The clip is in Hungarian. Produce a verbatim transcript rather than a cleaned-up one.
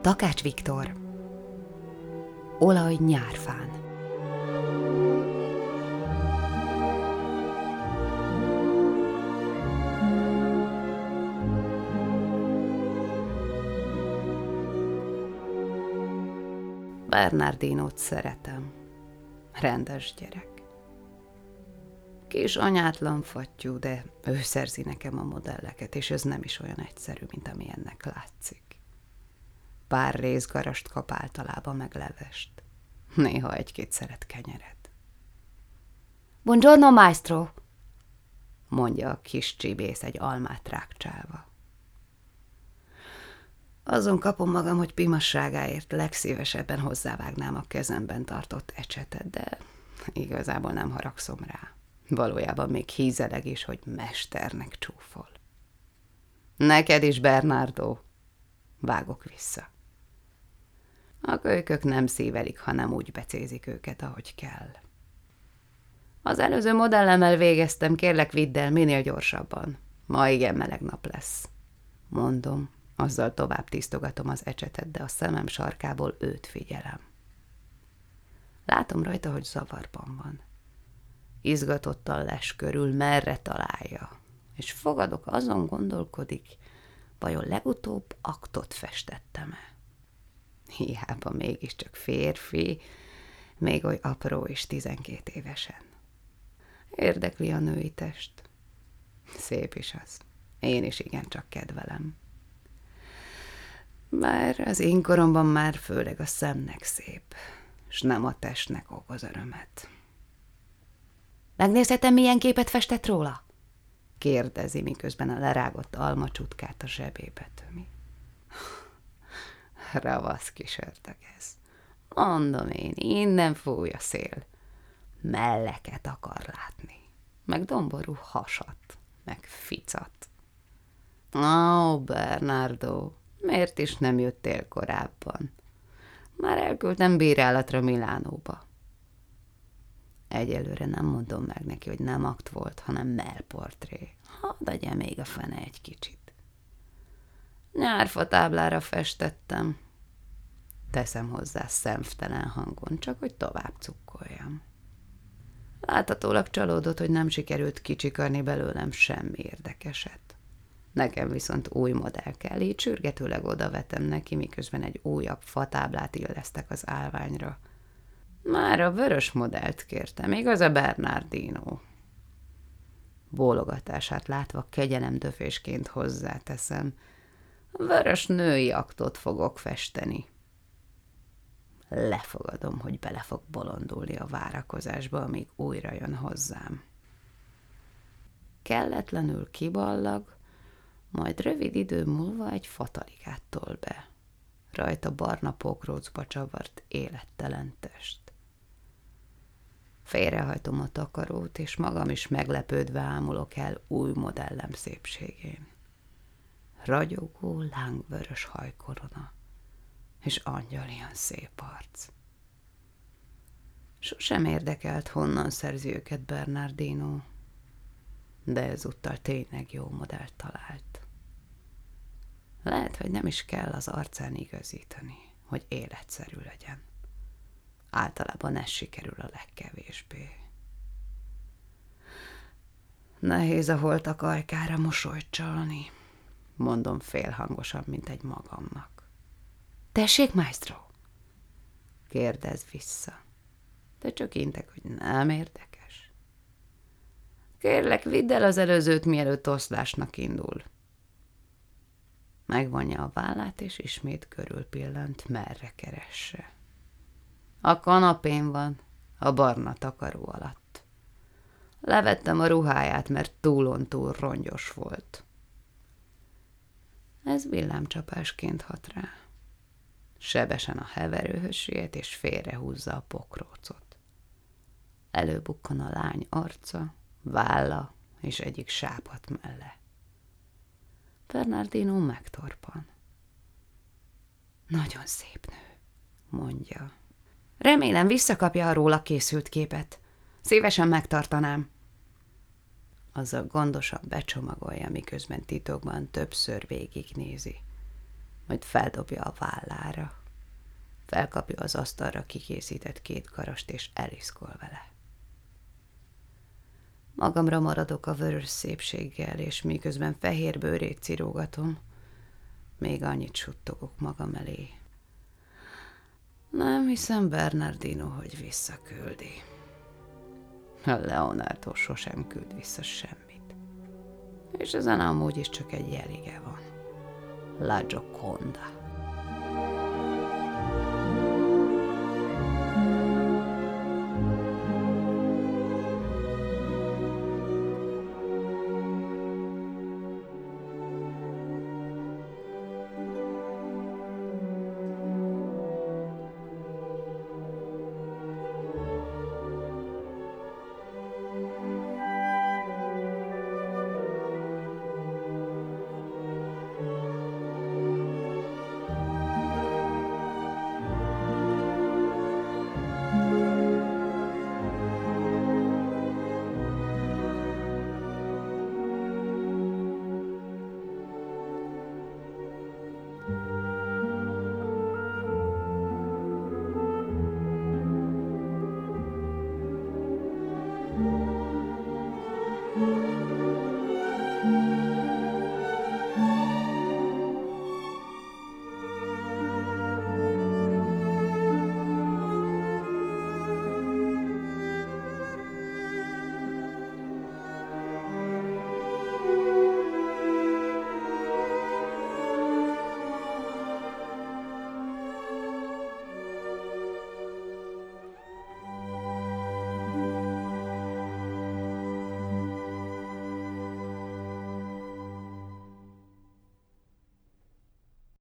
Takács Viktor. Olaj nyárfán. Bernardinót szeretem. Rendes gyerek. Kis anyátlan fattyú, de ő szerzi nekem a modelleket, és ez nem is olyan egyszerű, mint ami ennek látszik. Pár részgarast kap általában meg levest. Néha egy-két szeret kenyeret. Buongiorno, maestro, mondja a kis csibész egy almát rákcsálva. Azon kapom magam, hogy pimasságáért legszívesebben hozzávágnám a kezemben tartott ecsetet, de igazából nem haragszom rá. Valójában még hízeleg is, hogy mesternek csúfol. Neked is, Bernardo, vágok vissza. A kölykök nem szívelik, hanem úgy becézik őket, ahogy kell. Az előző modellemmel végeztem, kérlek vidd el minél gyorsabban. Ma igen meleg nap lesz. Mondom, azzal tovább tisztogatom az ecsetet, de a szemem sarkából őt figyelem. Látom rajta, hogy zavarban van. Izgatottan les körül, merre találja, és fogadok, azon gondolkodik, vajon legutóbb aktot festettem-e. Hiába mégiscsak férfi, még oly apró is tizenkét évesen. Érdekli a női test. Szép is az. Én is igencsak kedvelem. Bár az én koromban már főleg a szemnek szép, s nem a testnek okoz örömet. Megnézhetem, milyen képet festett róla? Kérdezi, miközben a lerágott almacsutkát a zsebébe tömi. Ravasz kis ördög ez. Mondom én, innen fúj a szél. Melleket akar látni, meg domború hasat, meg ficat. Ó, Bernardo, miért is nem jöttél korábban? Már elküldtem bírálatra Milánóba. Egyelőre nem mondom meg neki, hogy nem akt volt, hanem mellportré. Hadd adja még a fene egy kicsit. Nyárfa táblára festettem. Teszem hozzá szemtelen hangon, csak hogy tovább cukkoljam. Láthatólag csalódott, hogy nem sikerült kicsikarni belőlem semmi érdekeset. Nekem viszont új modell kell, így sürgetőleg odavetem neki, miközben egy újabb fatáblát illesztek az állványra. Már a vörös modellt kértem, igaz a Bernardino? Bólogatását látva kegyelemdöfésként hozzáteszem. Vörös női aktot fogok festeni. Lefogadom, hogy bele fog bolondulni a várakozásba, amíg újra jön hozzám. Kelletlenül kiballag, majd rövid idő múlva egy fataligát tol be. Rajta barna pokrócba csavart élettelen test. Félrehajtom a takarót, és magam is meglepődve ámulok el új modellem szépségén. Ragyogó, lángvörös hajkorona, és angyalian szép arc. Sosem érdekelt, honnan szerzi őket Bernardino, de ezúttal tényleg jó modellt talált. Lehet, hogy nem is kell az arcán igazítani, hogy életszerű legyen. Általában ez sikerül a legkevésbé. Nehéz a holtak ajkára mosolyt csalni, mondom félhangosan, mint egy magamnak. Tessék, maestro? Kérdez vissza, de csak intek, hogy nem érdekes. Kérlek, vidd el az előzőt, mielőtt oszlásnak indul. Megvonja a vállát, és ismét körülpillant, merre keresse. A kanapén van, a barna takaró alatt. Levettem a ruháját, mert túlon túl rongyos volt. Ez villámcsapásként hat rá. Sebesen a heverőhöz siet, és félrehúzza a pokrócot. Előbukkan a lány arca, válla és egyik sápadt melle. Bernardino megtorpan. Nagyon szép nő, mondja. Remélem visszakapja a róla készült képet. Szívesen megtartanám. Azzal gondosan becsomagolja, miközben titokban többször végignézi. majd feldobja a vállára. Felkapja az asztalra kikészített két garast, és eliszkol vele. Magamra maradok a vörös szépséggel, és miközben fehér bőrét cirógatom, még annyit suttogok magam elé. Nem hiszem, Bernardino, hogy visszaküldi. A Leonardo sosem küld vissza semmit. És ezen amúgy is csak egy jelige van. La Gioconda. Thank you.